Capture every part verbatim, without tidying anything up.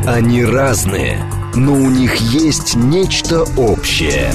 Они разные, но у них есть нечто общее.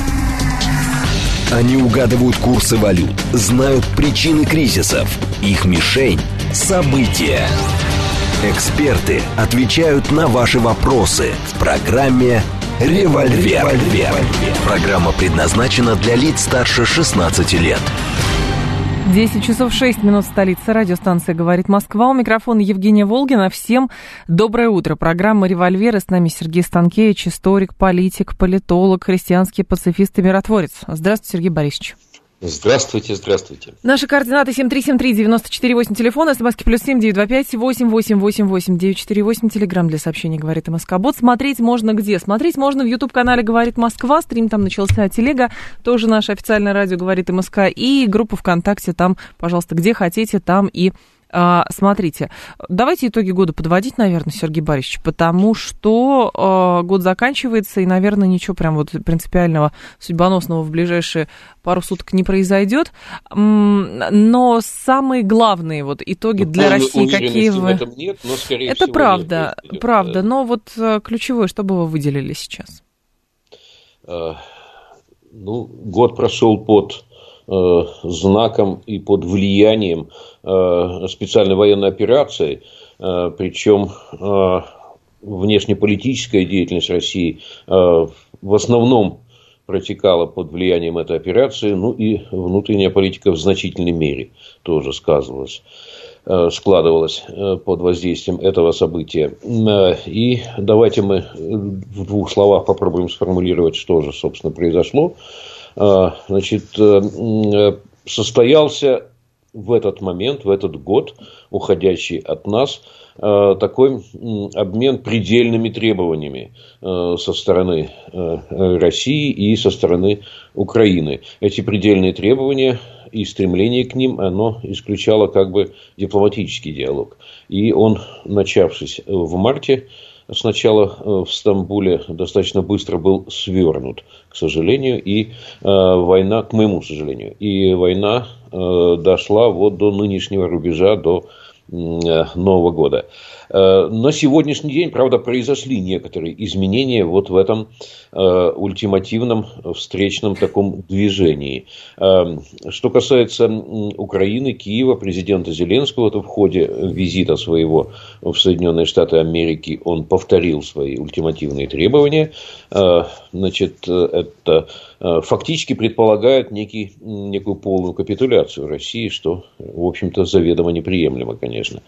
Они угадывают курсы валют, знают причины кризисов. Их мишень – события. Эксперты отвечают на ваши вопросы в программе «Револьвер». Программа предназначена для лиц старше шестнадцати лет. десять часов шесть минут в столице. Радиостанция «Говорит Москва». У микрофона Евгения Волгина. Всем доброе утро. Программа «Револьвер». И с нами Сергей Станкевич, историк, политик, политолог, христианский пацифист и миротворец. Здравствуйте, Сергей Борисович. Здравствуйте, здравствуйте. Наши координаты семь три семь три девять четыре восемь, телефон, смски плюс семь девять два пять восемь восемь восемь восемь девять четыре восемь, телеграмм для сообщений «Говорит МСК-бот». Смотреть можно где? Смотреть можно в YouTube-канале «Говорит Москва», стрим там начался, телега, тоже наше официальное радио «Говорит МСК», и группа ВКонтакте, там, пожалуйста, где хотите, там и а, смотрите. Давайте итоги года подводить, наверное, Сергей Борисович, потому что а, год заканчивается, и, наверное, ничего прям вот принципиального, судьбоносного в ближайшие пару суток не произойдет. Но самые главные вот итоги но для России, какие вы... в этом нет, но, скорее Это всего, правда, нет, правда. это... Но вот ключевое, что бы вы выделили сейчас? А, ну, год прошел под э, знаком и под влиянием э, специальной военной операции, э, причем э, внешнеполитическая деятельность России э, в основном протекала под влиянием этой операции, ну и внутренняя политика в значительной мере тоже сказывалась, складывалась под воздействием этого события. И давайте мы в двух словах попробуем сформулировать, что же, собственно, произошло. Значит, состоялся в этот момент, в этот год, уходящий от нас, такой обмен предельными требованиями со стороны России и со стороны Украины. Эти предельные требования и стремление к ним, оно исключало как бы дипломатический диалог. И он, начавшись в марте, сначала в Стамбуле достаточно быстро был свернут, к сожалению, и война, к моему сожалению, и война дошла вот до нынешнего рубежа, до Нового года. На сегодняшний день, правда, произошли некоторые изменения вот в этом э, ультимативном встречном таком движении. Э, что касается Украины, Киева, президента Зеленского, то в ходе визита своего в Соединенные Штаты Америки он повторил свои ультимативные требования. Э, значит, это э, фактически предполагает некий, некую полную капитуляцию России, что, в общем-то, заведомо неприемлемо, конечно.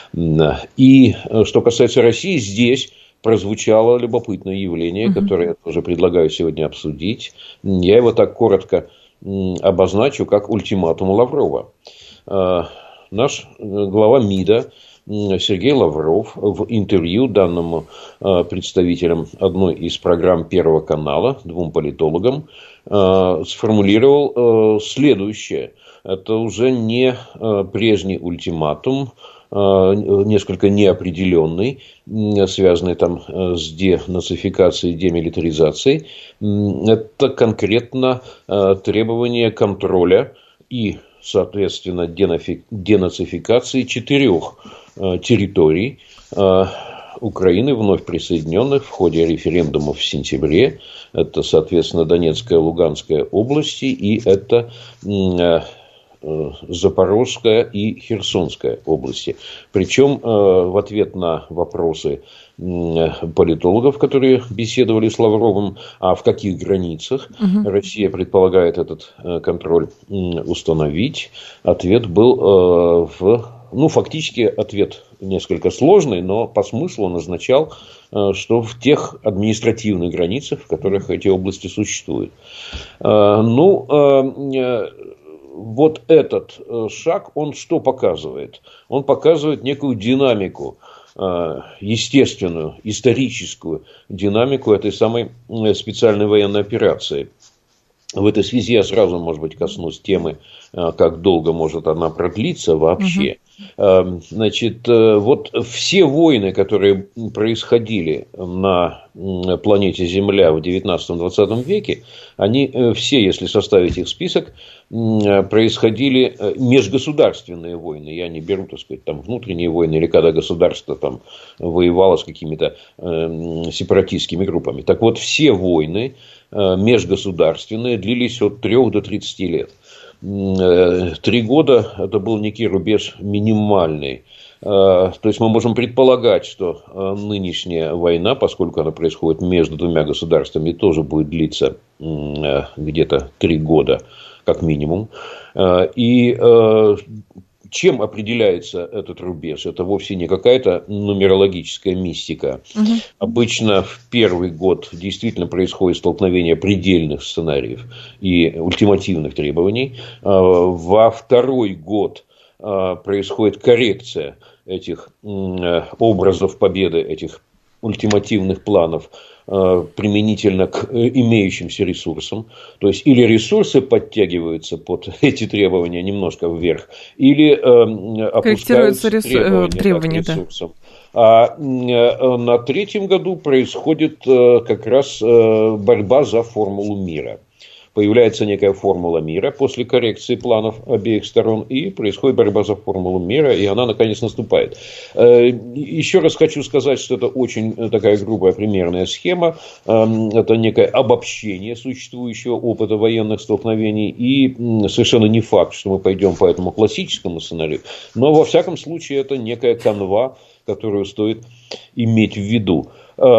И что касается России, здесь прозвучало любопытное явление, которое я тоже предлагаю сегодня обсудить. Я его так коротко обозначу, как ультиматум Лаврова. Наш глава МИДа Сергей Лавров в интервью данному представителям одной из программ Первого канала, двум политологам, сформулировал следующее. Это уже не прежний ультиматум, несколько неопределенный, связанный там с денацификацией, демилитаризацией. Это конкретно требование контроля и, соответственно, денацификации четырех территорий Украины, вновь присоединенных в ходе референдумов в сентябре. Это, соответственно, Донецкая, Луганская области, и это Запорожская и Херсонская области. Причем в ответ на вопросы политологов, которые беседовали с Лавровым, а в каких границах угу. Россия предполагает этот контроль установить, ответ был в... Ну, фактически ответ несколько сложный, но по смыслу он означал, что в тех административных границах, в которых эти области существуют. Ну, вот этот шаг, он что показывает? Он показывает некую динамику, естественную, историческую динамику этой самой специальной военной операции. В этой связи я сразу, может быть, коснусь темы, как долго может она продлиться вообще. Угу. Значит, вот все войны, которые происходили на планете Земля в девятнадцатом-двадцатом веке, они все, если составить их список, происходили межгосударственные войны. Я не беру, так сказать, там внутренние войны, или когда государство там воевало с какими-то э, сепаратистскими группами. Так вот, все войны э, межгосударственные длились от трёх до тридцати лет. Три года – это был некий рубеж минимальный. То есть мы можем предполагать, что нынешняя война, поскольку она происходит между двумя государствами, тоже будет длиться где-то три года как минимум. И чем определяется этот рубеж? Это вовсе не какая-то нумерологическая мистика. Угу. Обычно в первый год действительно происходит столкновение предельных сценариев и ультимативных требований. Во второй год происходит коррекция этих образов победы, этих ультимативных планов применительно к имеющимся ресурсам. То есть, или ресурсы подтягиваются под эти требования немножко вверх, или э, опускаются ресу... требования, требования к ресурсам. Да. А на третьем году происходит как раз борьба за формулу мира. Появляется некая формула мира после коррекции планов обеих сторон, и происходит борьба за формулу мира, и она наконец наступает. Еще раз хочу сказать, что это очень такая грубая примерная схема, это некое обобщение существующего опыта военных столкновений, и совершенно не факт, что мы пойдем по этому классическому сценарию, но во всяком случае это некая канва, которую стоит иметь в виду.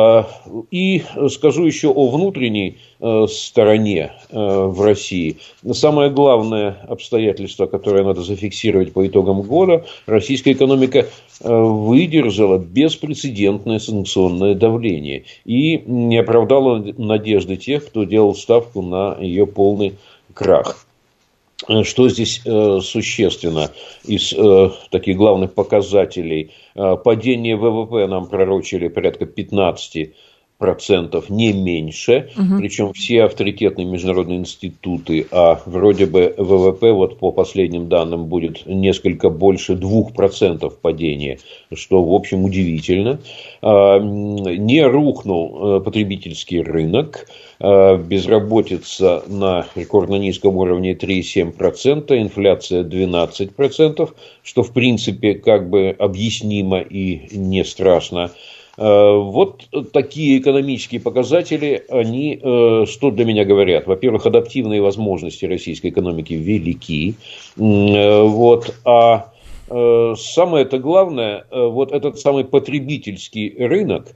И скажу еще о внутренней стороне в России. Самое главное обстоятельство, которое надо зафиксировать по итогам года: российская экономика выдержала беспрецедентное санкционное давление и не оправдала надежды тех, кто делал ставку на ее полный крах. Что здесь э, существенно из э, таких главных показателей? Э, падение ВВП нам пророчили порядка пятнадцать процентов, не меньше. Угу. Причем все авторитетные международные институты, а вроде бы ВВП, вот по последним данным, будет несколько больше двух процентов падения, что, в общем, удивительно. Э, не рухнул э, потребительский рынок. Безработица на рекордно низком уровне три целых семь десятых процента, инфляция двенадцать процентов, что в принципе как бы объяснимо и не страшно. Вот такие экономические показатели, они что для меня говорят? Во-первых, адаптивные возможности российской экономики велики. Вот, а самое-то главное, вот этот самый потребительский рынок,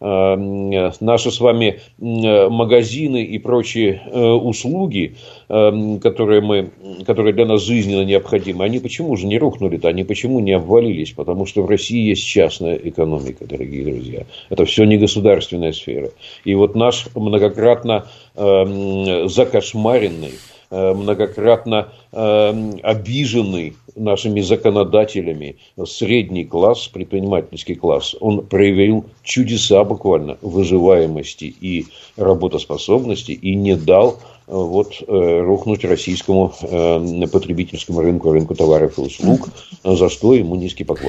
наши с вами магазины и прочие услуги, которые, мы, которые для нас жизненно необходимы, они почему же не рухнули-то, они почему не обвалились? Потому что в России есть частная экономика, дорогие друзья. Это все не государственная сфера. И вот наш многократно закошмаренный, многократно э, обиженный нашими законодателями средний класс, предпринимательский класс, он проявил чудеса буквально выживаемости и работоспособности и не дал э, вот, э, рухнуть российскому э, потребительскому рынку, рынку товаров и услуг, за что ему низкий поклон.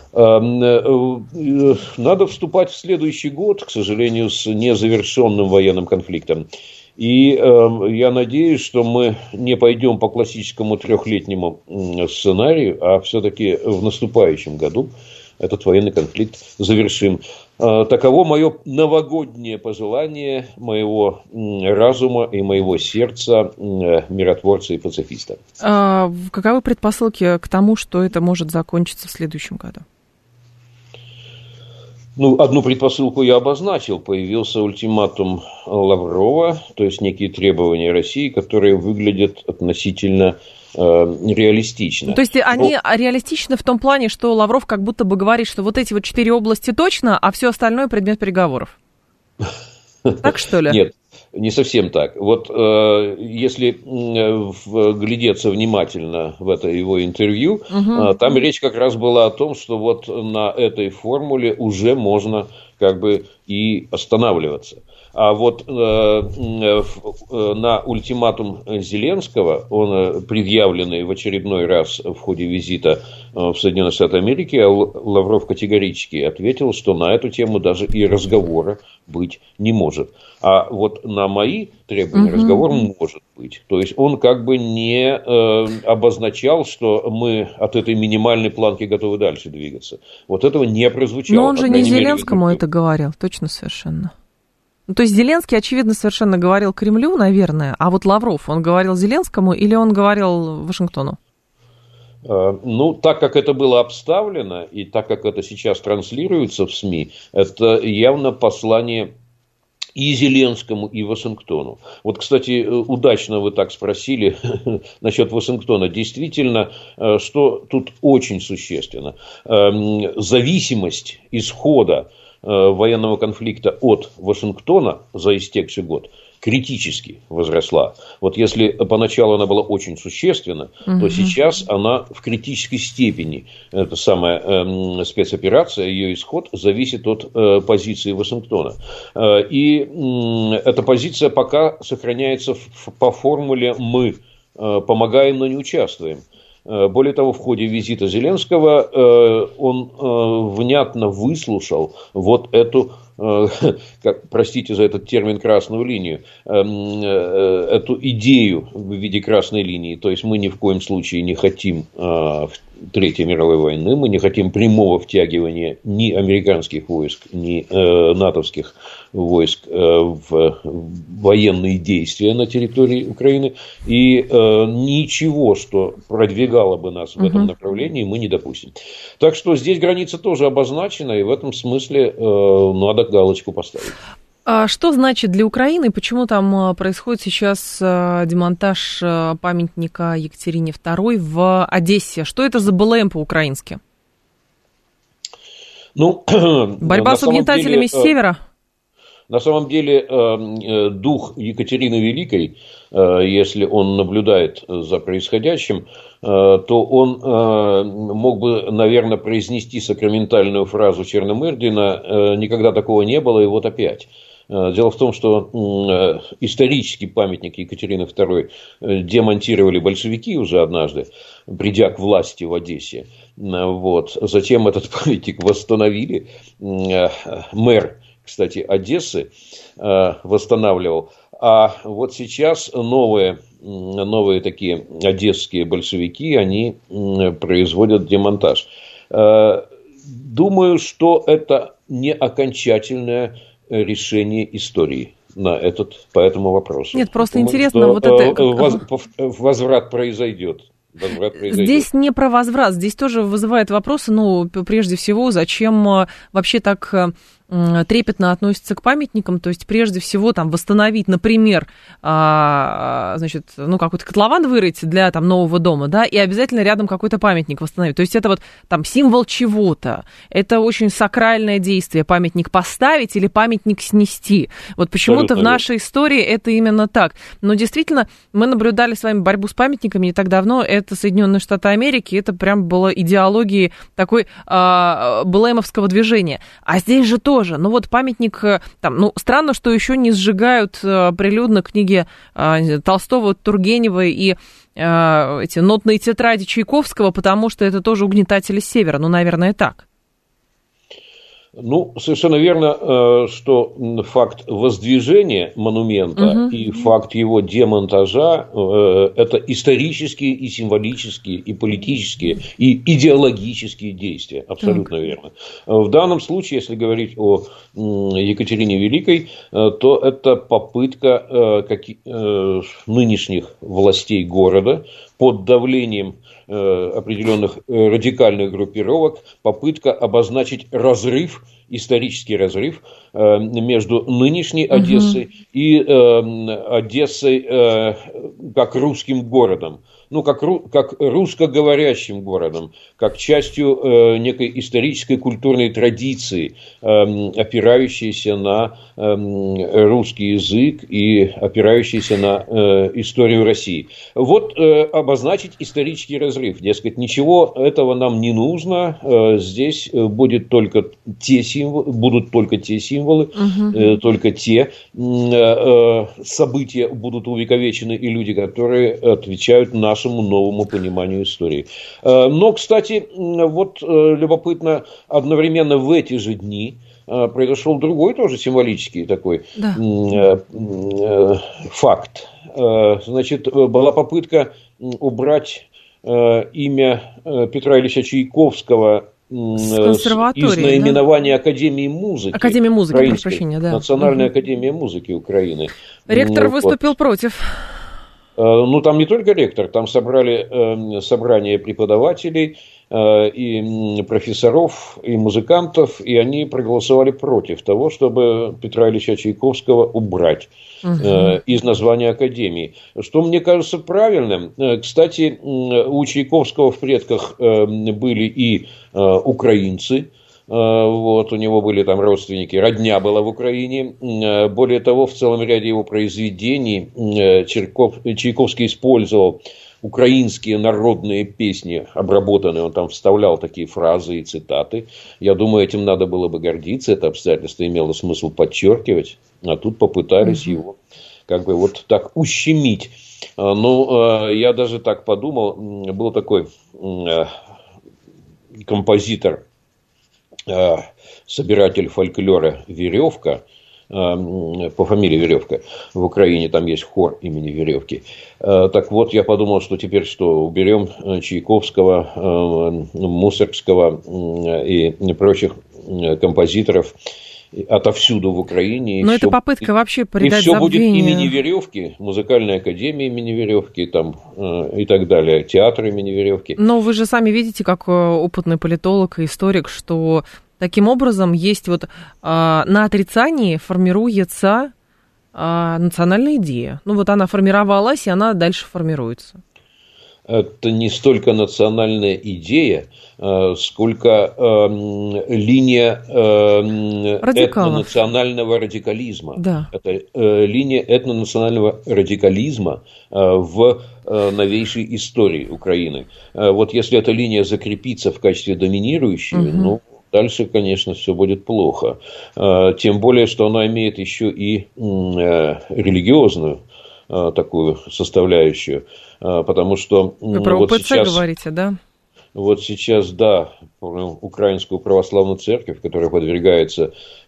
Надо вступать в следующий год, к сожалению, с незавершенным военным конфликтом. И э, я надеюсь, что мы не пойдем по классическому трехлетнему сценарию, а все-таки в наступающем году этот военный конфликт завершим. Э, таково мое новогоднее пожелание моего разума и моего сердца э, миротворца и пацифиста. А каковы предпосылки к тому, что это может закончиться в следующем году? Ну, одну предпосылку я обозначил. Появился ультиматум Лаврова, то есть некие требования России, которые выглядят относительно э, реалистично. То есть они Но... реалистичны в том плане, что Лавров как будто бы говорит, что вот эти вот четыре области точно, а все остальное предмет переговоров. Так что ли? Нет. Не совсем так. Вот э, если э, вглядеться внимательно в это его интервью, угу. э, там речь как раз была о том, что вот на этой формуле уже можно как бы и останавливаться. А вот э, э, на ультиматум Зеленского, он предъявленный в очередной раз в ходе визита в Соединенных Штатах Америки, а Лавров категорически ответил, что на эту тему даже и разговора быть не может. А вот на мои требования угу. разговор может быть. То есть он как бы не э, обозначал, что мы от этой минимальной планки готовы дальше двигаться. Вот этого не прозвучало. Но он же не Зеленскому это говорил, точно совершенно. Ну, то есть Зеленский, очевидно, совершенно говорил Кремлю, наверное, а вот Лавров, он говорил Зеленскому или он говорил Вашингтону? Ну, так как это было обставлено, и так как это сейчас транслируется в СМИ, это явно послание и Зеленскому, и Вашингтону. Вот, кстати, удачно вы так спросили насчет Вашингтона. Действительно, что тут очень существенно. Зависимость исхода военного конфликта от Вашингтона за истекший год критически возросла. Вот если поначалу она была очень существенна, угу. то сейчас она в критической степени. Эта самая э, спецоперация, ее исход зависит от э, позиции Вашингтона. Э, и э, эта позиция пока сохраняется в, по формуле «мы э, помогаем, но не участвуем». Более того, в ходе визита Зеленского э, он э, внятно выслушал вот эту, э, как, простите за этот термин, красную линию, э, э, эту идею в виде красной линии. То есть мы ни в коем случае не хотим э, Третьей мировой войны, мы не хотим прямого втягивания ни американских войск, ни э, натовских войск э, в военные действия на территории Украины. И э, ничего, что продвигало бы нас в uh-huh. этом направлении, мы не допустим. Так что здесь граница тоже обозначена, и в этом смысле э, надо галочку поставить. А что значит для Украины, почему там происходит сейчас демонтаж памятника Екатерине второй в Одессе? Что это за БЛМ по-украински? Ну, борьба с угнетателями деле, с севера? На самом деле, дух Екатерины Великой, если он наблюдает за происходящим, то он мог бы, наверное, произнести сакраментальную фразу Черномырдина «никогда такого не было, и вот опять». Дело в том, что исторический памятник Екатерины второй демонтировали большевики уже однажды, придя к власти в Одессе. Вот. Затем этот памятник восстановили. Мэр, кстати, Одессы восстанавливал. А вот сейчас новые, новые такие одесские большевики, они производят демонтаж. Думаю, что это не окончательное решение истории на этот, по этому вопросу. Нет, просто Думаю, интересно, вот это... Воз, возврат произойдет. Возврат произойдет. Здесь не про возврат, здесь тоже вызывает вопросы, ну, прежде всего, зачем вообще так трепетно относятся к памятникам, то есть прежде всего там восстановить, например, а, значит, ну какой-то котлован вырыть для там нового дома, да, и обязательно рядом какой-то памятник восстановить. То есть это вот там символ чего-то, это очень сакральное действие, памятник поставить или памятник снести. Вот почему-то в нашей истории это именно так. Но действительно мы наблюдали с вами борьбу с памятниками не так давно. Это Соединенные Штаты Америки, это прям было идеологией такой а, блэмовского движения. А здесь же тоже. Ну вот памятник, там, ну странно, что еще не сжигают а, прилюдно книги а, Толстого, Тургенева и а, эти нотные тетради Чайковского, потому что это тоже угнетатели севера. Ну, наверное, так. Ну, совершенно верно, что факт воздвижения монумента угу. и факт его демонтажа – это исторические и символические, и политические, и идеологические действия. Абсолютно так. верно. В данном случае, если говорить о Екатерине Великой, то это попытка нынешних властей города под давлением определенных радикальных группировок, попытка обозначить разрыв, исторический разрыв между нынешней Одессой угу. и Одессой как русским городом. Ну, как, как русскоговорящим городом, как частью э, некой исторической культурной традиции, э, опирающейся на э, русский язык и опирающейся на э, историю России. Вот э, обозначить исторический разрыв. Дескать, ничего этого нам не нужно, э, здесь будет только те символы, будут только те символы, угу. только те события будут увековечены и люди, которые отвечают нашему новому пониманию истории. Но, кстати, вот любопытно, одновременно в эти же дни произошел другой тоже символический такой да. факт. Значит, была попытка убрать имя Петра Ильича Чайковского из наименования да? Академии музыки. Академия музыки, прошу прощения, да. Национальная угу. академия музыки Украины. Ректор вот. выступил против. Ну, там не только ректор, там собрали собрание преподавателей и профессоров, и музыкантов, и они проголосовали против того, чтобы Петра Ильича Чайковского убрать угу. из названия Академии. Что мне кажется правильным. Кстати, у Чайковского в предках были и украинцы. Вот, у него были там родственники, родня была в Украине. Более того, в целом ряде его произведений Чайков, Чайковский использовал украинские народные песни, обработанные, он там вставлял такие фразы и цитаты. Я думаю, этим надо было бы гордиться, это обстоятельство имело смысл подчеркивать, а тут попытались mm-hmm. его как бы вот так ущемить. Ну, я даже так подумал, был такой композитор, собиратель фольклора Веревка, по фамилии Веревка, в Украине там есть хор имени Веревки. Так вот, я подумал, что теперь что, уберем Чайковского, Мусоргского и прочих композиторов отовсюду в Украине. Но это все, попытка вообще придать забвение. И все забвение. Будет имени Веревки, музыкальная академия имени Веревки там, и так далее, театр имени Веревки. Но вы же сами видите, как опытный политолог и историк, что таким образом есть вот а, на отрицании формируется а, национальная идея. Ну вот она формировалась, и она дальше формируется. Это не столько национальная идея, сколько э, линия э, этнонационального радикализма. Да. Это э, линия этнонационального радикализма э, в э, новейшей истории Украины. Э, вот если эта линия закрепится в качестве доминирующей, угу. ну, дальше, конечно, все будет плохо. Э, тем более, что она имеет еще и э, религиозную э, такую составляющую. Потому что вы про вот УПЦ сейчас, говорите, да? Вот сейчас, да, Украинскую православную церковь, которая подвергается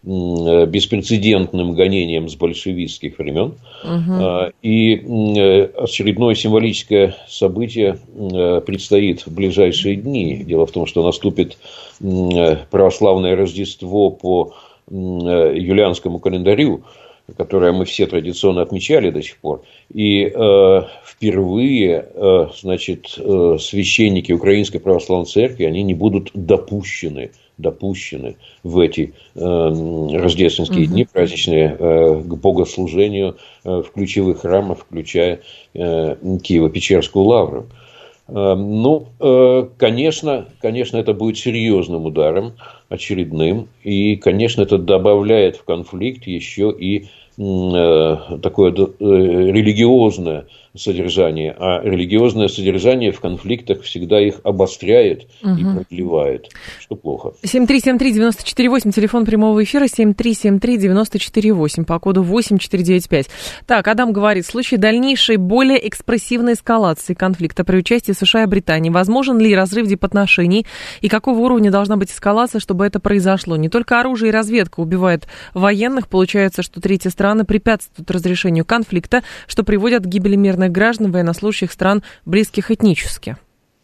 беспрецедентным гонениям с большевистских времен. Угу. И очередное символическое событие предстоит в ближайшие дни. Дело в том, что наступит православное Рождество по юлианскому календарю, которое мы все традиционно отмечали до сих пор. И э, впервые э, значит, э, священники Украинской Православной Церкви, они не будут допущены, допущены в эти э, рождественские угу. дни праздничные э, к богослужению э, в ключевых храмах, включая э, Киево-Печерскую лавру. Э, ну, э, конечно, конечно, это будет серьезным ударом, очередным. И, конечно, это добавляет в конфликт еще и э, такое э, религиозное содержание. А религиозное содержание в конфликтах всегда их обостряет угу. и продлевает, что плохо. семь три семь три девять четыре восемь, телефон прямого эфира семь три семь три девять четыре восемь, по коду восемь четыре девять пять. Так, Адам говорит, в случае дальнейшей более экспрессивной эскалации конфликта при участии США и Британии, возможен ли разрыв дипотношений и какого уровня должна быть эскалация, чтобы это произошло? Не только оружие и разведка убивает военных, получается, что третьи страны препятствуют разрешению конфликта, что приводит к гибели мирных граждан военнослужащих стран, близких этнически.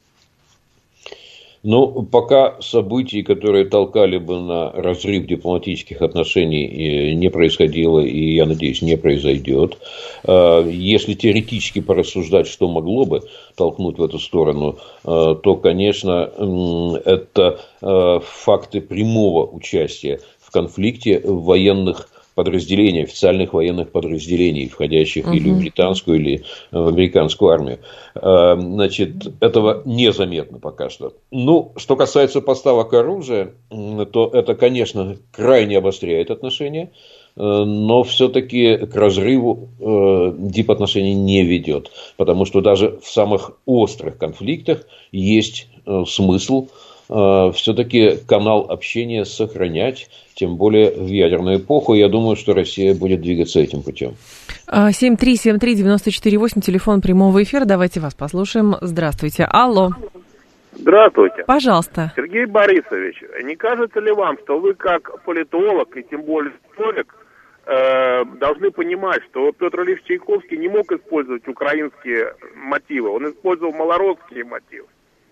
Ну, пока событий, которые толкали бы на разрыв дипломатических отношений, не происходило, и, я надеюсь, не произойдет. Если теоретически порассуждать, что могло бы толкнуть в эту сторону, то, конечно, это факты прямого участия в конфликте военных подразделений, официальных военных подразделений, входящих uh-huh. или в британскую, или в американскую армию. Значит, этого незаметно пока что. Ну, что касается поставок оружия, то это, конечно, крайне обостряет отношения, но все-таки к разрыву дипотношений не ведет. Потому что даже в самых острых конфликтах есть смысл все-таки канал общения сохранять, тем более в ядерную эпоху. Я думаю, что Россия будет двигаться этим путем. семь три семь три девять четыре восемь, телефон прямого эфира. Давайте вас послушаем. Здравствуйте. Алло. Здравствуйте. Пожалуйста. Сергей Борисович, не кажется ли вам, что вы как политолог и тем более историк э, должны понимать, что Петр Ильич Чайковский не мог использовать украинские мотивы, он использовал малоросские мотивы?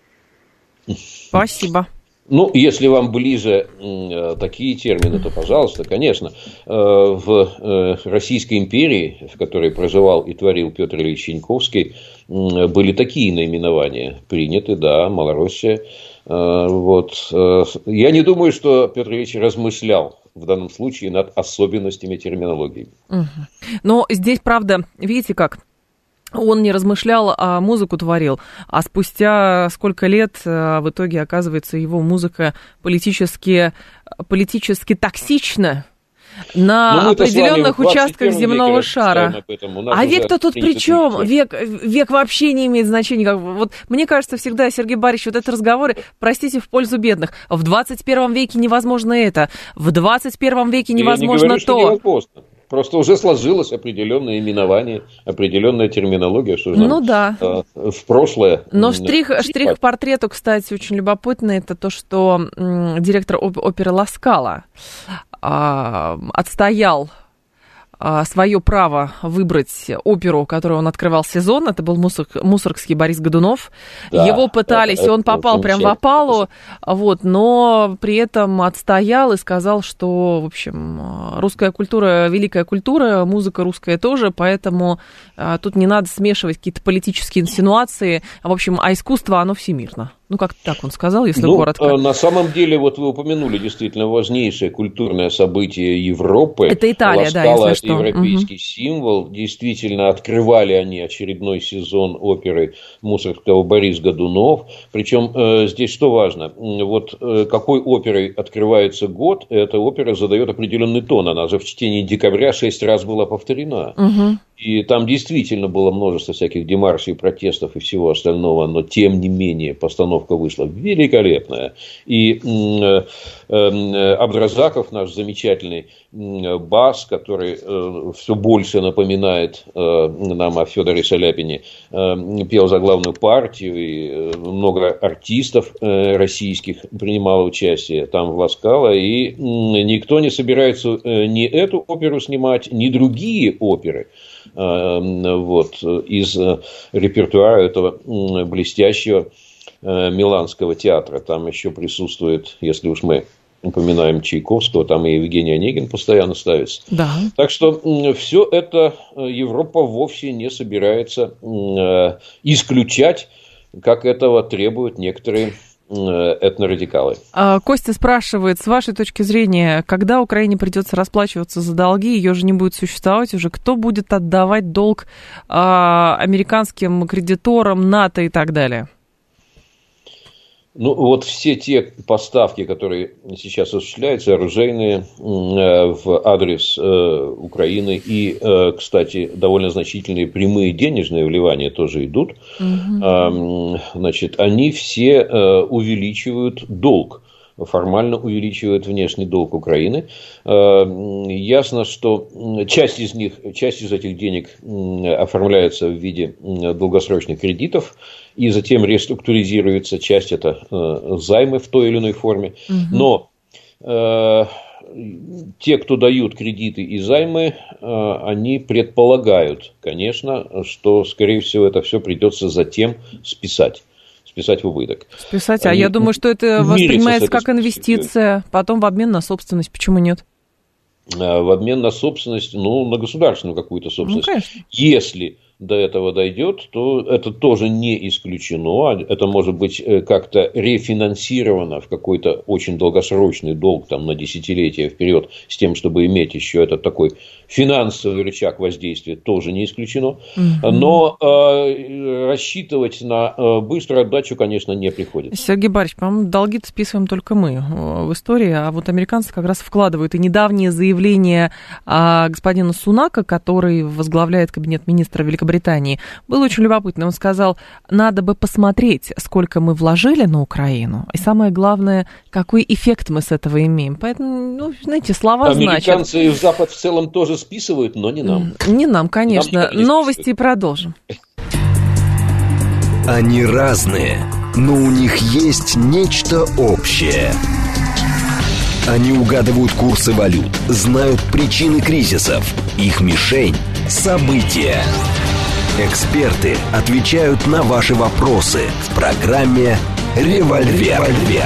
Спасибо. Ну, если вам ближе э, такие термины, то, пожалуйста, конечно. Э, в э, Российской империи, в которой проживал и творил Петр Ильич Чайковский, э, были такие наименования приняты, да, Малороссия. Э, вот. Э, я не думаю, что Петр Ильич размышлял в данном случае над особенностями терминологии. Угу. Но здесь, правда, видите как? Он не размышлял, а музыку творил. А спустя сколько лет в итоге, оказывается, его музыка политически, политически токсична на определенных участках земного шара. А век-то тут при чем? Век, век вообще не имеет значения. Вот мне кажется, всегда, Сергей Борисович, вот это разговоры, простите, в пользу бедных. В двадцать первом веке невозможно это. В двадцать первом веке невозможно Я не говорю, то. Что невозможно. Просто уже сложилось определенное именование, определенная терминология, что же ну, нам, да. э, в прошлое. Но штрих, штрих к портрету, кстати, очень любопытный, это то, что м, директор оперы Ла Скала а, отстоял а, свое право выбрать оперу, которую он открывал сезон. Это был Мусор, Мусоргский Борис Годунов. Да, Его пытались, это, и он попал прям в опалу, вот, но при этом отстоял и сказал, что, в общем, русская культура, великая культура, музыка русская тоже, поэтому а, тут не надо смешивать какие-то политические инсинуации. В общем, а искусство, оно всемирно. Ну, как так он сказал, если ну, коротко. На самом деле, вот вы упомянули действительно важнейшее культурное событие Европы. Это Италия, Ла да, Скала, если что. Европейский угу. символ. Действительно, открывали они очередной сезон оперы Мусоргского Борис Годунов. Причем э, здесь что важно? Вот э, какой оперой открывается год, эта опера задает определенный тон. Она же в течение декабря шесть раз была повторена. Угу. И там действительно было множество всяких демаршей, протестов и всего остального, но тем не менее постановка вышла великолепная. И э, э, Абдразаков, наш замечательный э, бас, который э, все больше напоминает э, нам о Федоре Шаляпине, э, пел за главную партию, и э, много артистов э, российских принимало участие там в Ла Скала, и э, никто не собирается э, ни эту оперу снимать, ни другие оперы. Вот, из репертуара этого блестящего Миланского театра. Там еще присутствует, если уж мы упоминаем Чайковского, там и Евгений Онегин постоянно ставится. Да. Так что все это Европа вовсе не собирается исключать, как этого требуют некоторые этнорадикалы. Костя спрашивает, с вашей точки зрения, когда Украине придется расплачиваться за долги, ее же не будет существовать уже, кто будет отдавать долг а, американским кредиторам, НАТО и так далее? Ну, вот все те поставки, которые сейчас осуществляются, оружейные, в адрес Украины и, кстати, довольно значительные прямые денежные вливания тоже идут, угу. Значит, они все увеличивают долг. Формально увеличивает внешний долг Украины. Ясно, что часть из них, часть из этих денег оформляется в виде долгосрочных кредитов и затем реструктуризируется. Часть это займы в той или иной форме. Но э, те, кто дают кредиты и займы, э, они предполагают, конечно, что, скорее всего, это все придется затем списать. Списать в убыток. Списать, а Они я думаю, что это воспринимается как инвестиция, потом в обмен на собственность. Почему нет? В обмен на собственность, ну, на государственную какую-то собственность. Ну, конечно. Если до этого дойдет, то это тоже не исключено. Это может быть как-то рефинансировано в какой-то очень долгосрочный долг там, на десятилетия вперед, с тем, чтобы иметь еще этот такой финансовый рычаг воздействия тоже не исключено. Mm-hmm. Но э, рассчитывать на э, быструю отдачу, конечно, не приходится. Сергей Борисович, по-моему, долги-то списываем только мы в истории, а вот американцы как раз вкладывают. И недавнее заявление а, господина Сунака, который возглавляет кабинет министра Великобритании, было очень любопытно. Он сказал, надо бы посмотреть, сколько мы вложили на Украину, и самое главное, какой эффект мы с этого имеем. Поэтому, ну, знаете, слова значат. Американцы и в Запад в целом тоже списывают, но не нам. Не нам, конечно. Нам новости продолжим. Они разные, но у них есть нечто общее. Они угадывают курсы валют, знают причины кризисов. Их мишень – события. Эксперты отвечают на ваши вопросы в программе «Револьвер».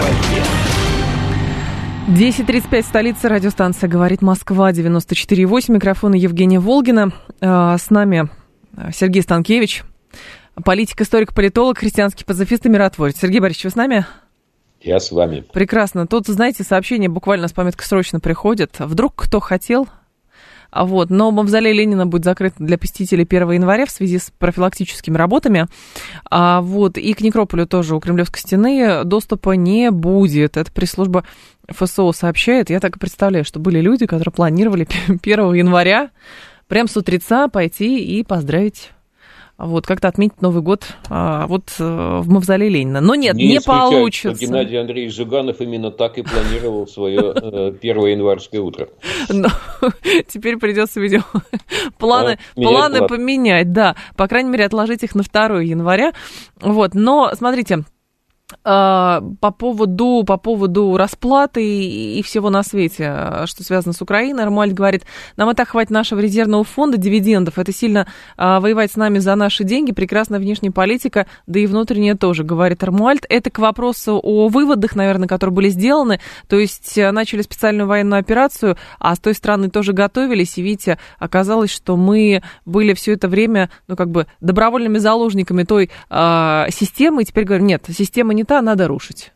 десять тридцать пять, столица, радиостанция «Говорит Москва», девяносто четыре и восемь, микрофон Евгения Волгина. С нами Сергей Станкевич, политик, историк, политолог, христианский пацифист и миротворец. Сергей Борисович, вы с нами? Я с вами. Прекрасно. Тут, знаете, сообщения буквально с пометкой «Срочно» приходят. Вдруг кто хотел... Вот. Но мавзолей Ленина будет закрыт для посетителей первого января в связи с профилактическими работами. А, вот. И к некрополю тоже у Кремлевской стены доступа не будет. Это пресс-служба ФСО сообщает. Я так и представляю, что были люди, которые планировали первого января прям с утреца пойти и поздравить. Вот, как-то отметить Новый год а, вот в мавзолее Ленина. Но нет, не, не получится. Геннадий Андреевич Жиганов именно так и планировал свое первое январское утро. Но теперь придется, видимо, планы, планы поменять, да. По крайней мере, отложить их на второе января. Вот, но, смотрите, по поводу, по поводу расплаты и всего на свете, что связано с Украиной, Армуальд говорит, нам и так хватит нашего резервного фонда дивидендов, это сильно а, воевать с нами за наши деньги, прекрасная внешняя политика, да и внутренняя тоже, говорит Армуальд. Это к вопросу о выводах, наверное, которые были сделаны, то есть начали специальную военную операцию, а с той стороны тоже готовились, и видите, оказалось, что мы были все это время, ну, как бы добровольными заложниками той а, системы, и теперь говорим, нет, система не та, надо рушить.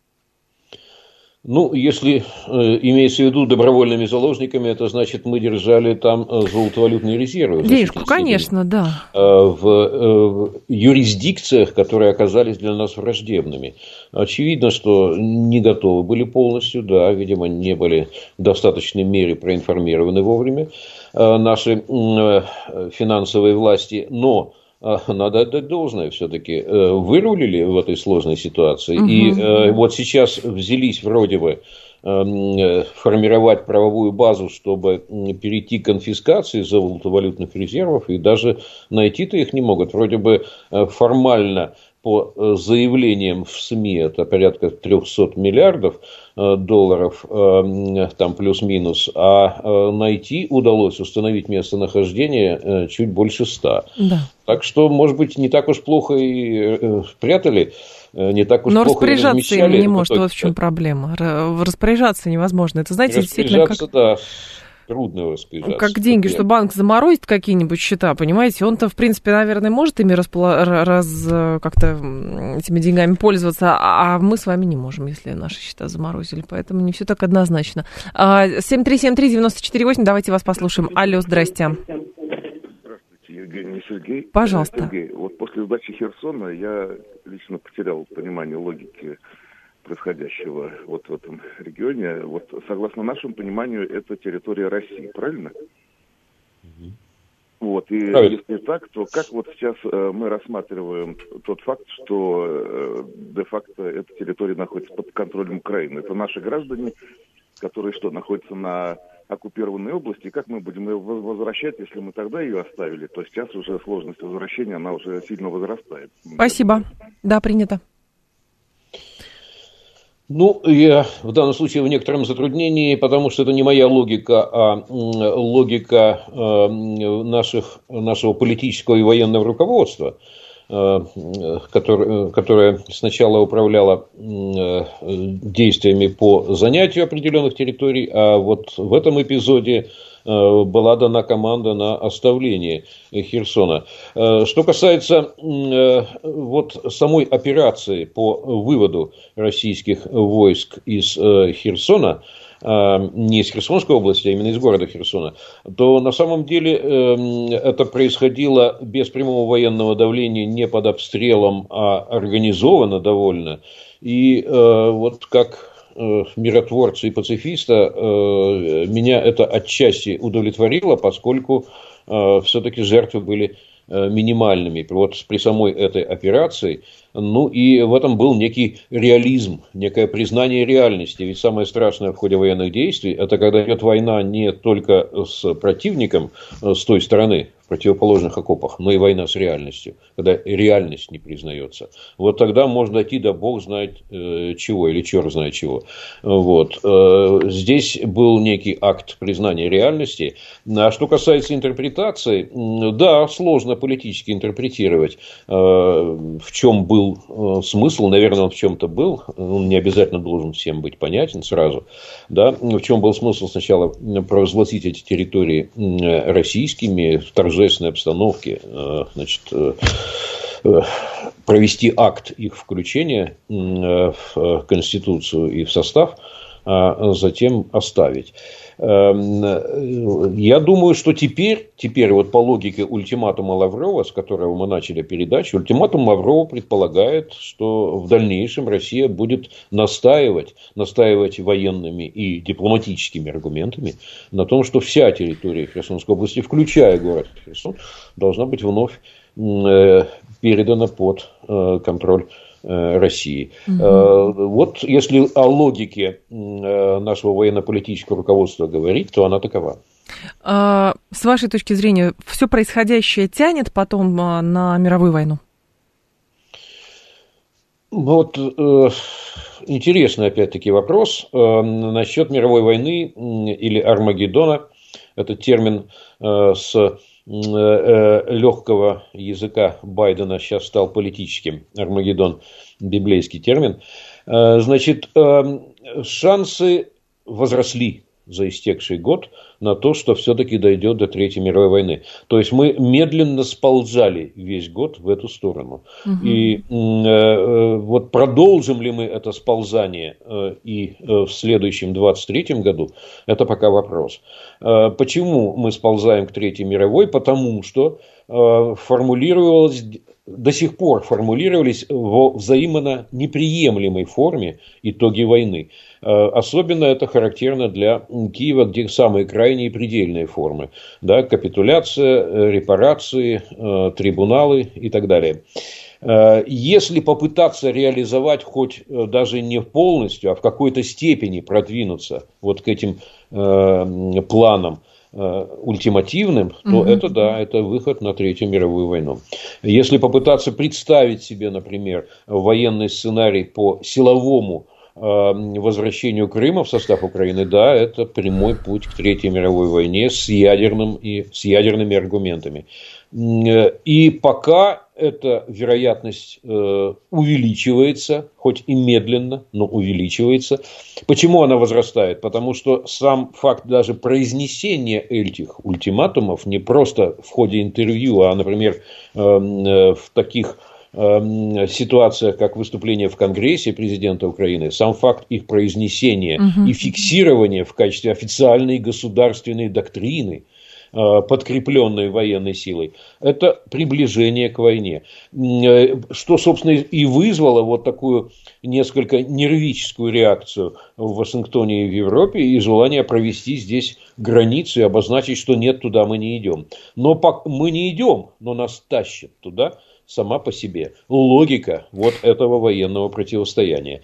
Ну, если э, имеется в виду добровольными заложниками, это значит, мы держали там э, золотовалютные резервы. Денежку, конечно, да. Э, в э, юрисдикциях, которые оказались для нас враждебными. Очевидно, что не готовы были полностью, да, видимо, не были в достаточной мере проинформированы вовремя э, наши э, финансовые власти, но надо отдать должное, все-таки вырулили в этой сложной ситуации. Угу. И вот сейчас взялись вроде бы формировать правовую базу, чтобы перейти к конфискации золотовалютных резервов, и даже найти-то их не могут. Вроде бы формально по заявлениям в СМИ это порядка триста миллиардов долларов, там плюс-минус, а найти удалось, установить местонахождение чуть больше ста. Да. Так что, может быть, не так уж плохо и прятали, не так уж Но плохо и размещали. Но распоряжаться им не может, вот в чем проблема. Распоряжаться невозможно. Это, знаете, действительно как... да. Трудно распоряжаться. Как деньги, что банк заморозит какие-нибудь счета, понимаете, он-то, в принципе, наверное, может ими распла... раз... как-то этими деньгами пользоваться, а мы с вами не можем, если наши счета заморозили, поэтому не все так однозначно. семь три семь три девять четыре восемь, давайте вас послушаем. Алло, здрасте. Здравствуйте, Евгений, Сергей. Пожалуйста. Сергей, вот после сдачи Херсона я лично потерял понимание логики происходящего вот в этом регионе. Вот согласно нашему пониманию, это территория России, правильно? Mm-hmm. Вот, и правильно. Если так, то как вот сейчас э, мы рассматриваем тот факт, что э, де-факто эта территория находится под контролем Украины? Это наши граждане, которые что, находятся на оккупированной области, и как мы будем ее возвращать, если мы тогда ее оставили, то сейчас уже сложность возвращения, она уже сильно возрастает. Спасибо. Да, принято. Ну, я в данном случае в некотором затруднении, потому что это не моя логика, а логика наших, нашего политического и военного руководства, которое, которое сначала управляло действиями по занятию определенных территорий, а вот в этом эпизоде была дана команда на оставление Херсона. Что касается вот самой операции по выводу российских войск из Херсона, не из Херсонской области, а именно из города Херсона, то на самом деле это происходило без прямого военного давления, не под обстрелом, а организованно довольно. И вот как миротворца и пацифиста меня это отчасти удовлетворило, поскольку все-таки жертвы были минимальными вот при самой этой операции. Ну и в этом был некий реализм, некое признание реальности. Ведь самое страшное в ходе военных действий — это когда идет война не только с противником с той стороны, в противоположных окопах, но и война с реальностью, когда реальность не признается. Вот тогда можно дойти до бог знает чего или черт знает чего. Вот. Здесь был некий акт признания реальности. А что касается интерпретации, да, сложно политически интерпретировать, в чем был смысл, наверное, он в чем-то был, он не обязательно должен всем быть понятен сразу, да, в чем был смысл сначала провозгласить эти территории российскими в торжественной обстановке, значит, провести акт их включения в Конституцию и в состав, а затем оставить. Я думаю, что теперь, теперь вот по логике ультиматума Лаврова, с которого мы начали передачу, ультиматум Лаврова предполагает, что в дальнейшем Россия будет настаивать, настаивать военными и дипломатическими аргументами на том, что вся территория Херсонской области, включая город Херсон, должна быть вновь передана под контроль России. Угу. Вот если о логике нашего военно-политического руководства говорить, то она такова. С вашей точки зрения, все происходящее тянет потом на мировую войну? Вот интересный опять-таки вопрос насчет мировой войны или Армагеддона. Этот термин с легкого языка Байдена сейчас стал политическим. Армагеддон – библейский термин. Значит, шансы возросли за истекший год на то, что все-таки дойдет до Третьей мировой войны. То есть мы медленно сползали весь год в эту сторону. Угу. И э, вот продолжим ли мы это сползание э, и э, в следующем двадцать третьем году, это пока вопрос. Э, почему мы сползаем к Третьей мировой? Потому что э, формулировалось... до сих пор формулировались во взаимно неприемлемой форме итоги войны. Особенно это характерно для Киева, где самые крайние и предельные формы. Да, капитуляция, репарации, трибуналы и так далее. Если попытаться реализовать хоть даже не полностью, а в какой-то степени продвинуться вот к этим планам, ультимативным, то угу. это да, это выход на Третью мировую войну. Если попытаться представить себе, например, военный сценарий по силовому возвращению Крыма в состав Украины, да, это прямой путь к Третьей мировой войне с ядерным и с ядерными аргументами. И пока эта вероятность увеличивается, хоть и медленно, но увеличивается. Почему она возрастает? Потому что сам факт даже произнесения этих ультиматумов не просто в ходе интервью, а, например, в таких ситуациях, как выступление в Конгрессе президента Украины, сам факт их произнесения угу. и фиксирования в качестве официальной государственной доктрины, подкрепленной военной силой, это приближение к войне. Что, собственно, и вызвало вот такую несколько нервическую реакцию в Вашингтоне и в Европе и желание провести здесь границу и обозначить, что нет, туда мы не идем. Но мы не идем, но нас тащат туда сама по себе. Логика вот этого военного противостояния.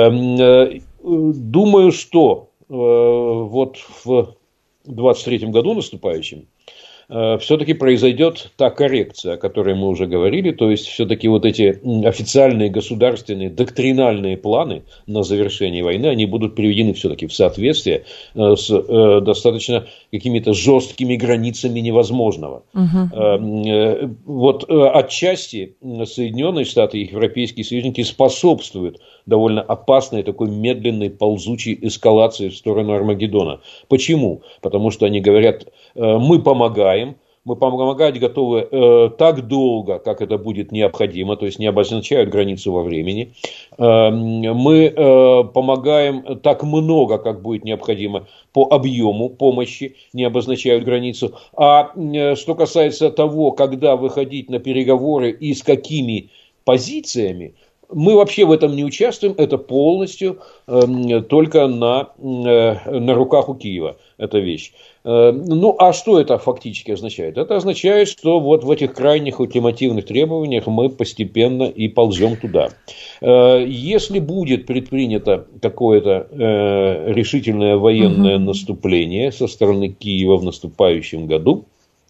Думаю, что вот в двадцать третьем году наступающем все-таки произойдет та коррекция, о которой мы уже говорили, то есть все-таки вот эти официальные государственные доктринальные планы на завершение войны, они будут приведены все-таки в соответствие с достаточно какими-то жесткими границами невозможного. Угу. Вот отчасти Соединенные Штаты и европейские союзники способствуют довольно опасной такой медленной ползучей эскалации в сторону Армагеддона. Почему? Потому что они говорят, мы помогаем, мы помогать готовы э, так долго, как это будет необходимо, то есть не обозначают границу во времени. Э, мы э, помогаем так много, как будет необходимо по объему помощи, не обозначают границу. А э, что касается того, когда выходить на переговоры и с какими позициями, мы вообще в этом не участвуем, это полностью э, только на, э, на руках у Киева эта вещь. Э, ну, а что это фактически означает? Это означает, что вот в этих крайних ультимативных требованиях мы постепенно и ползем туда. Э, если будет предпринято какое-то э, решительное военное угу. наступление со стороны Киева в наступающем году,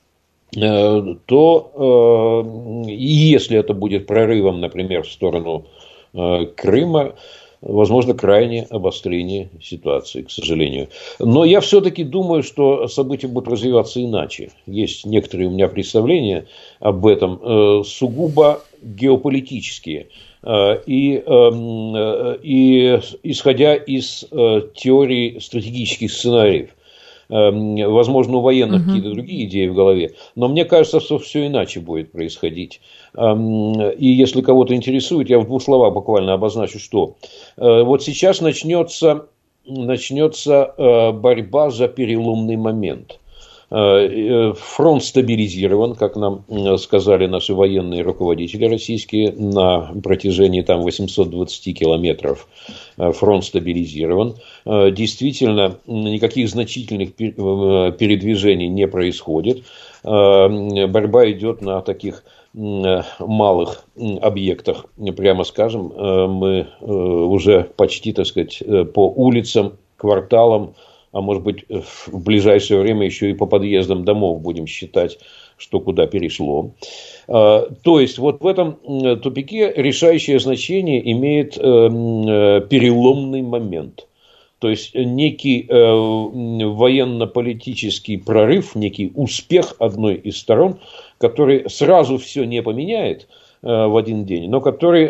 то э, если это будет прорывом, например, в сторону э, Крыма, возможно, крайнее обострение ситуации, к сожалению. Но я все-таки думаю, что события будут развиваться иначе. Есть некоторые у меня представления об этом, э, сугубо геополитические. Э, и, э, и исходя из э, теории стратегических сценариев. Возможно, у военных uh-huh. какие-то другие идеи в голове. Но мне кажется, что все иначе будет происходить. И если кого-то интересует, я в двух словах буквально обозначу, что. Вот сейчас начнется, начнется борьба за переломный момент. Фронт стабилизирован, как нам сказали наши военные руководители российские, на протяжении там восемьсот двадцать километров фронт стабилизирован. Действительно, никаких значительных передвижений не происходит. Борьба идет на таких малых объектах, прямо скажем. Мы уже почти, так сказать, по улицам, кварталам, а может быть, в ближайшее время еще и по подъездам домов будем считать, что куда перешло. То есть, вот в этом тупике решающее значение имеет переломный момент. То есть, некий военно-политический прорыв, некий успех одной из сторон, который сразу все не поменяет в один день, но который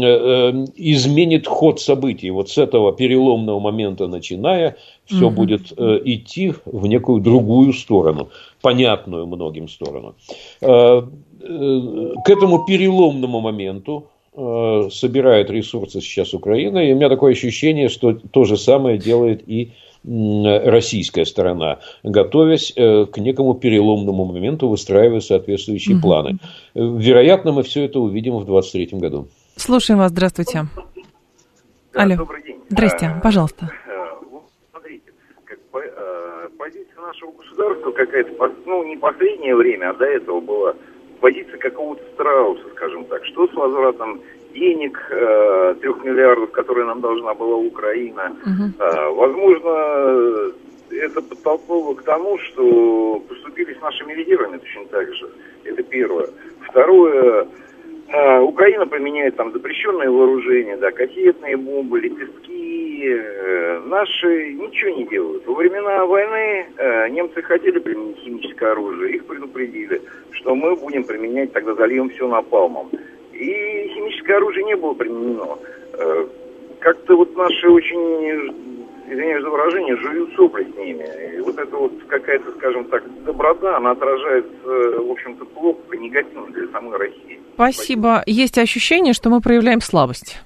изменит ход событий. Вот с этого переломного момента начиная, все угу. будет идти в некую другую сторону, понятную многим сторону. К этому переломному моменту собирает ресурсы сейчас Украина, и у меня такое ощущение, что то же самое делает и российская сторона, готовясь к некому переломному моменту, выстраивая соответствующие угу. планы. Вероятно, мы все это увидим в двадцать третьем году. Слушаем вас, здравствуйте. Да, Алло. Добрый день. Здрасте, а, пожалуйста. Вот, смотрите, как, позиция нашего государства какая-то, ну, не последнее время, а до этого была позиция какого-то страуса, скажем так. Что с возвратом денег, э, трех миллиардов, которые нам должна была Украина. Uh-huh. Э, возможно, это подтолкнуло к тому, что поступили с нашими лидерами точно так же. Это первое. Второе, э, Украина применяет там запрещенные вооружения, да, кассетные бомбы, лепестки. Э, наши ничего не делают. Во времена войны э, немцы хотели применить химическое оружие, их предупредили, что мы будем применять, тогда зальем все напалмом. И химическое оружие не было применено. Как-то вот наши очень, извиняюсь за выражение, жуют сопли с ними. И вот это вот какая-то, скажем так, доброта, она отражается, в общем-то, плохо, негативно для самой России. Спасибо. Есть ощущение, что мы проявляем слабость.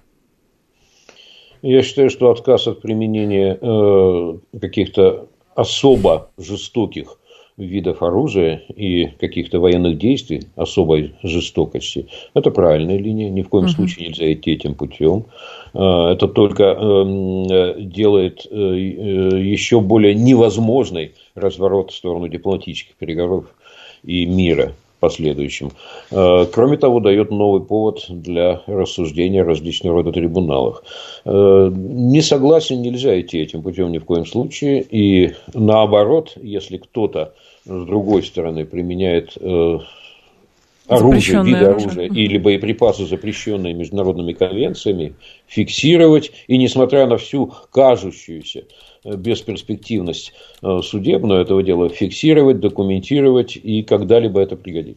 Я считаю, что отказ от применения э, каких-то особо жестоких видов оружия и каких-то военных действий особой жестокости, это правильная линия. Ни в коем uh-huh. случае нельзя идти этим путем. Это только делает еще более невозможный разворот в сторону дипломатических переговоров и мира в последующем. Кроме того, дает новый повод для рассуждения о различного рода трибуналах. Не согласен, нельзя идти этим путем ни в коем случае. И наоборот, если кто-то с другой стороны применяет э, оружие, виды оружия или боеприпасы, запрещенные международными конвенциями, фиксировать и, несмотря на всю кажущуюся бесперспективность э, судебную этого дела, фиксировать, документировать, и когда-либо это пригодится.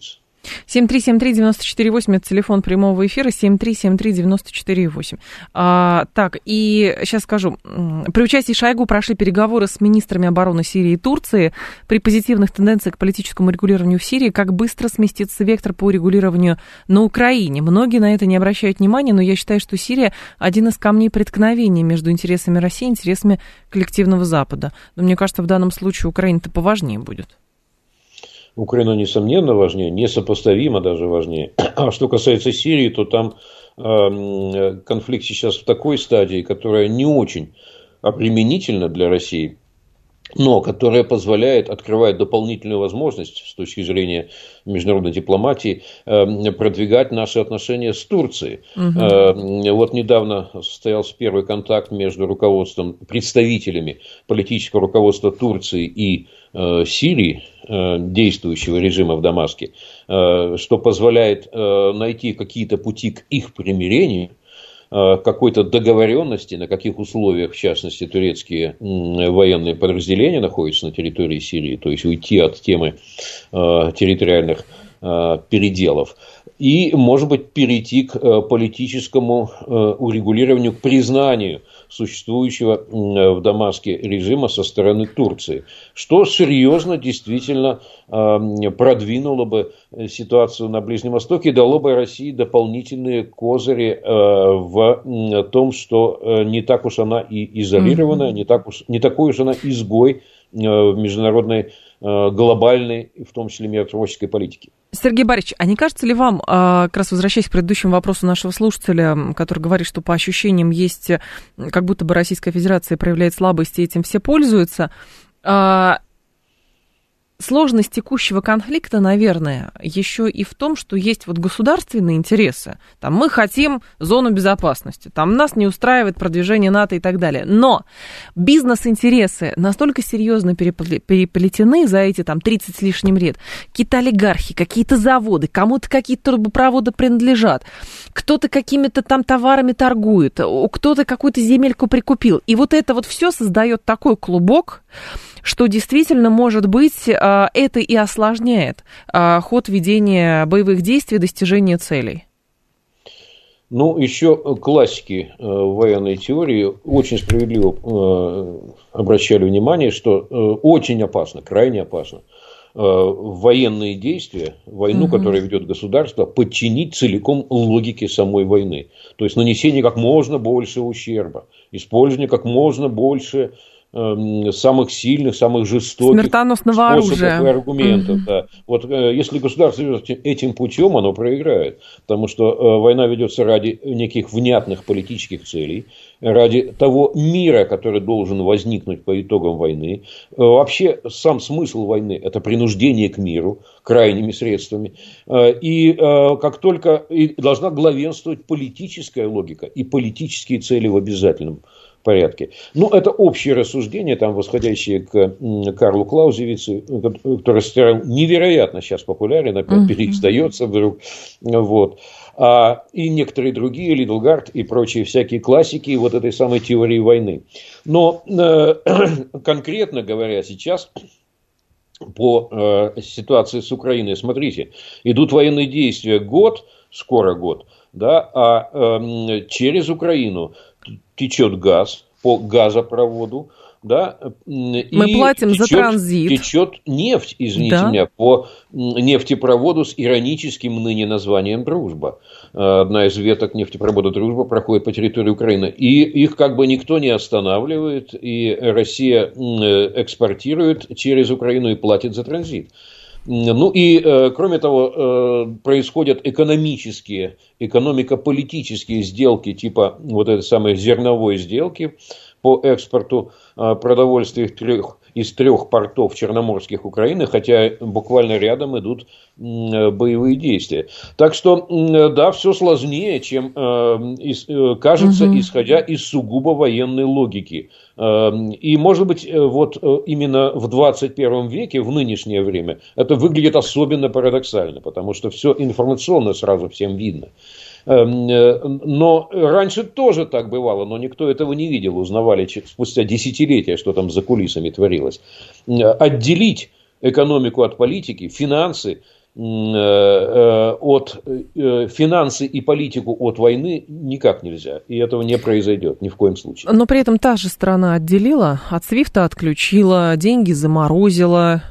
семь три семь три девять четыре восемь, это телефон прямого эфира, семь три семь три девять четыре восемь. А, так, и сейчас скажу. При участии Шойгу прошли переговоры с министрами обороны Сирии и Турции. При позитивных тенденциях к политическому регулированию в Сирии, как быстро сместится вектор по регулированию на Украине? Многие на это не обращают внимания, но я считаю, что Сирия один из камней преткновения между интересами России и интересами коллективного Запада. Но мне кажется, в данном случае Украина-то поважнее будет. Украина, несомненно, важнее, несопоставимо даже важнее. А что касается Сирии, то там э, конфликт сейчас в такой стадии, которая не очень обременительна для России, но которая позволяет, открывает дополнительную возможность с точки зрения международной дипломатии э, продвигать наши отношения с Турцией. Угу. Э, вот недавно состоялся первый контакт между руководством, представителями политического руководства Турции и э, Сирии, э, действующего режима в Дамаске, э, что позволяет э, найти какие-то пути к их примирению, какой-то договоренности, на каких условиях, в частности, турецкие военные подразделения находятся на территории Сирии, то есть уйти от темы территориальных переделов. И, может быть, перейти к политическому урегулированию, к признанию существующего в Дамаске режима со стороны Турции, что серьезно действительно продвинуло бы ситуацию на Ближнем Востоке и дало бы России дополнительные козыри в том, что не так уж она и изолированная, не, так уж, не такой уж она изгой в международной, глобальной, в том числе миротворческой политике. Сергей Борисович, а не кажется ли вам, как раз возвращаясь к предыдущему вопросу нашего слушателя, который говорит, что по ощущениям есть, как будто бы Российская Федерация проявляет слабость, и этим все пользуются, сложность текущего конфликта, наверное, еще и в том, что есть вот государственные интересы. Там мы хотим зону безопасности, там нас не устраивает продвижение НАТО и так далее. Но бизнес-интересы настолько серьезно переплетены за эти там тридцать с лишним лет. Какие-то олигархи, какие-то заводы, кому-то какие-то трубопроводы принадлежат, кто-то какими-то там товарами торгует, кто-то какую-то земельку прикупил. И вот это вот все создает такой клубок, что действительно, может быть, это и осложняет ход ведения боевых действий, достижения целей. Ну, еще классики военной теории очень справедливо обращали внимание, что очень опасно, крайне опасно военные действия, войну, угу. которую ведет государство, подчинить целиком логике самой войны. То есть нанесение как можно больше ущерба, использование как можно больше самых сильных, самых жестоких смертоносного оружия и аргументов. Mm-hmm. Да. Вот если государство идет этим путем, оно проиграет, потому что война ведется ради неких внятных политических целей, ради того мира, который должен возникнуть по итогам войны. Вообще сам смысл войны – это принуждение к миру крайними средствами. И как только и должна главенствовать политическая логика и политические цели в обязательном порядке. Ну, это общее рассуждение, там, восходящее к Карлу Клаузевицу, который стал невероятно сейчас популярен, опять uh-huh. переиздается вдруг. Вот. А, и некоторые другие, Лидлгард и прочие всякие классики вот этой самой теории войны. Но э, конкретно говоря, сейчас по э, ситуации с Украиной, смотрите, идут военные действия год, скоро год, да, а э, через Украину течет газ по газопроводу, да, мы и платим течет, за транзит. Течет нефть, извините да. меня, по нефтепроводу с ироническим ныне названием «Дружба». Одна из веток нефтепровода «Дружба» проходит по территории Украины. И их как бы никто не останавливает, и Россия экспортирует через Украину и платит за транзит. Ну и, э, кроме того, э, происходят экономические, экономико-политические сделки, типа вот этой самой зерновой сделки по экспорту э, продовольствия из трех, из трех портов черноморских Украины, хотя буквально рядом идут э, боевые действия. Так что, э, да, все сложнее, чем э, из, э, кажется, угу. исходя из сугубо военной логики. И, может быть, вот именно в двадцать первом веке, в нынешнее время, это выглядит особенно парадоксально, потому что все информационно сразу всем видно. Но раньше тоже так бывало, но никто этого не видел, узнавали спустя десятилетия, что там за кулисами творилось. Отделить экономику от политики, финансы от финансы и политику от войны никак нельзя. И этого не произойдет ни в коем случае. Но при этом та же страна отделила, от свифта отключила, деньги заморозила,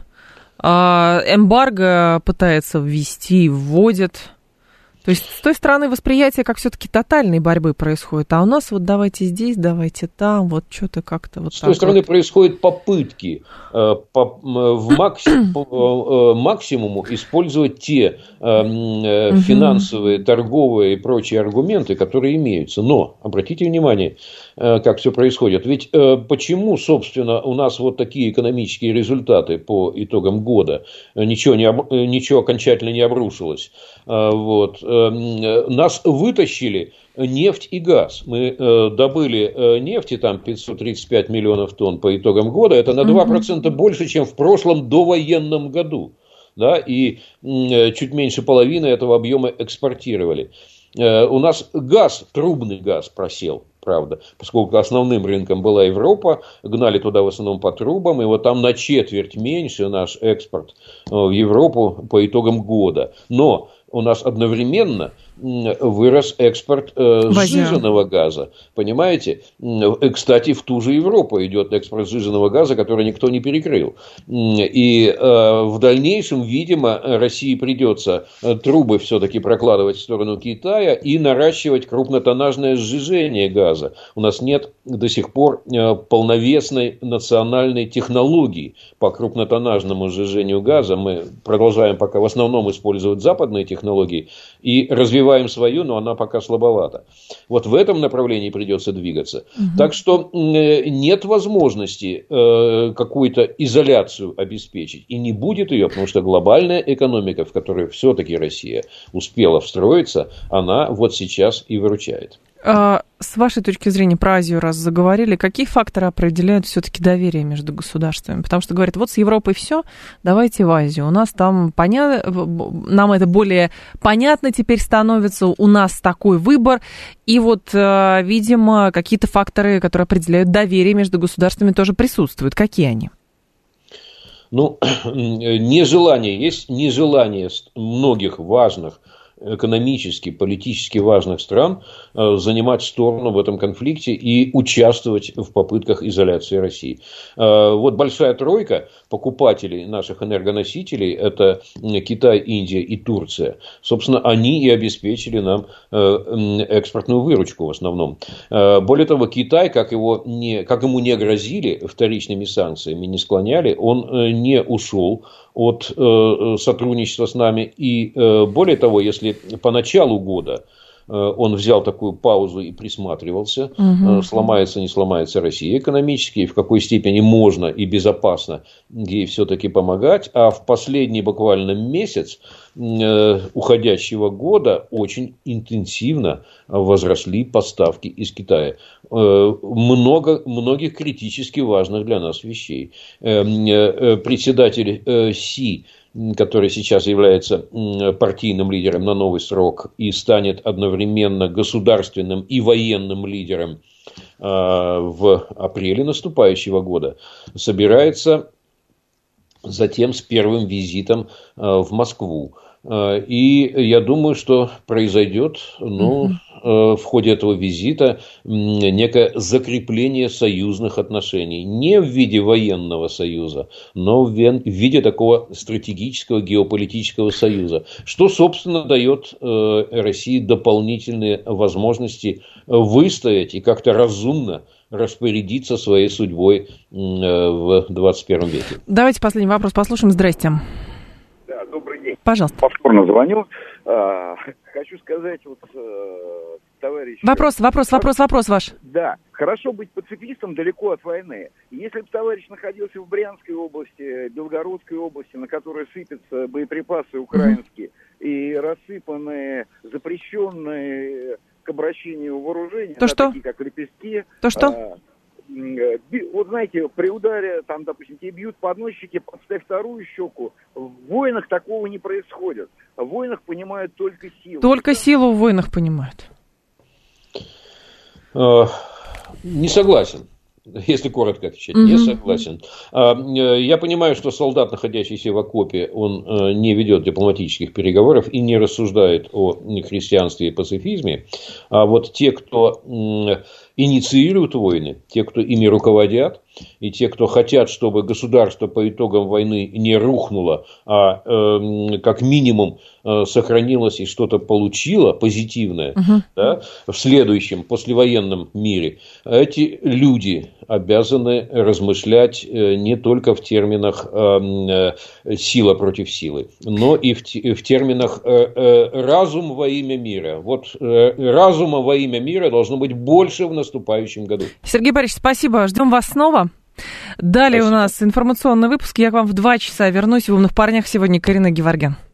эмбарго пытается ввести, вводит. То есть с той стороны восприятие как все-таки тотальной борьбы происходит, а у нас вот давайте здесь, давайте там, вот что-то как-то вот с так. С той стороны вот происходят попытки э, по, в максим, по, э, максимуму использовать те э, э, финансовые, торговые и прочие аргументы, которые имеются. Но обратите внимание, э, как все происходит. Ведь э, почему, собственно, у нас вот такие экономические результаты по итогам года, ничего, не, ничего окончательно не обрушилось. Э, вот. Нас вытащили нефть и газ. Мы э, добыли э, нефти, там пятьсот тридцать пять миллионов тонн по итогам года. Это на два процента mm-hmm. больше, чем в прошлом довоенном году. Да? И э, чуть меньше половины этого объема экспортировали. Э, у нас газ, трубный газ просел. Правда, поскольку основным рынком была Европа, гнали туда в основном по трубам, и вот там на четверть меньше наш экспорт в Европу по итогам года. Но у нас одновременно вырос экспорт э, сжиженного газа. Понимаете? Кстати, в ту же Европу идет экспорт сжиженного газа, который никто не перекрыл. И э, в дальнейшем, видимо, России придется трубы все-таки прокладывать в сторону Китая и наращивать крупнотоннажное сжижение газа. У нас нет до сих пор полновесной национальной технологии по крупнотоннажному сжижению газа. Мы продолжаем пока в основном использовать западные технологии и развиваем свою, но она пока слабовата. Вот в этом направлении придется двигаться. Угу. Так что нет возможности э, какую-то изоляцию обеспечить. И не будет ее, потому что глобальная экономика, в которой все-таки Россия успела встроиться, она вот сейчас и выручает. А с вашей точки зрения, про Азию раз заговорили, какие факторы определяют все-таки доверие между государствами? Потому что говорят, вот с Европой все, давайте в Азию. У нас там понятно, нам это более понятно теперь становится, у нас такой выбор. И вот, видимо, какие-то факторы, которые определяют доверие между государствами, тоже присутствуют. Какие они? Ну, нежелание, есть нежелание многих важных экономически, политически важных стран занимать сторону в этом конфликте и участвовать в попытках изоляции России. Вот большая тройка покупателей наших энергоносителей – это Китай, Индия и Турция. Собственно, они и обеспечили нам экспортную выручку в основном. Более того, Китай, как, его не, как ему не грозили вторичными санкциями, не склоняли, он не ушел от э, сотрудничества с нами. И э, более того, если по началу года э, он взял такую паузу и присматривался, угу. э, сломается, не сломается Россия экономически, и в какой степени можно и безопасно ей все-таки помогать, а в последний буквально месяц э, уходящего года очень интенсивно возросли поставки из Китая. Э, много, многих критически важных для нас вещей. Э, э, председатель э, Си, который сейчас является партийным лидером на новый срок и станет одновременно государственным и военным лидером э, в апреле наступающего года, собирается затем с первым визитом э, в Москву. И я думаю, что произойдет, ну, в ходе этого визита некое закрепление союзных отношений. Не в виде военного союза, но в виде такого стратегического геополитического союза. Что, собственно, дает России дополнительные возможности выстоять и как-то разумно распорядиться своей судьбой в двадцать первом веке. Давайте последний вопрос послушаем. Здрасте. Да, добрый день. Пожалуйста. Повторно звоню. А, хочу сказать, вот, э, товарищ... Вопрос, вопрос, вопрос, вопрос ваш. Да, хорошо быть пацифистом далеко от войны. Если бы товарищ находился в Брянской области, Белгородской области, на которой сыпятся боеприпасы украинские, mm-hmm. и рассыпанные, запрещенные к обращению вооружения, то да, что? такие как лепестки... То что? А, вот знаете, при ударе, там, допустим, тебе бьют по одной щеке, подставь вторую щеку. В войнах такого не происходит. В войнах понимают только силу. Только силу в войнах понимают. Не согласен. Если коротко отвечать, mm-hmm. не согласен. Я понимаю, что солдат, находящийся в окопе, он не ведет дипломатических переговоров и не рассуждает о христианстве и пацифизме. А вот те, кто инициируют войны, те, кто ими руководят, и те, кто хотят, чтобы государство по итогам войны не рухнуло, а э, как минимум э, сохранилось и что-то получило позитивное, uh-huh. да, в следующем послевоенном мире, эти люди обязаны размышлять э, не только в терминах э, э, сила против силы, но и в, в терминах э, э, разум во имя мира. Вот э, разума во имя мира должно быть больше в наступающем году. Сергей Борисович, спасибо. Ждем вас снова. Далее Спасибо. У нас информационный выпуск. Я к вам в два часа вернусь. В «Умных парнях» сегодня Карина Геворгян.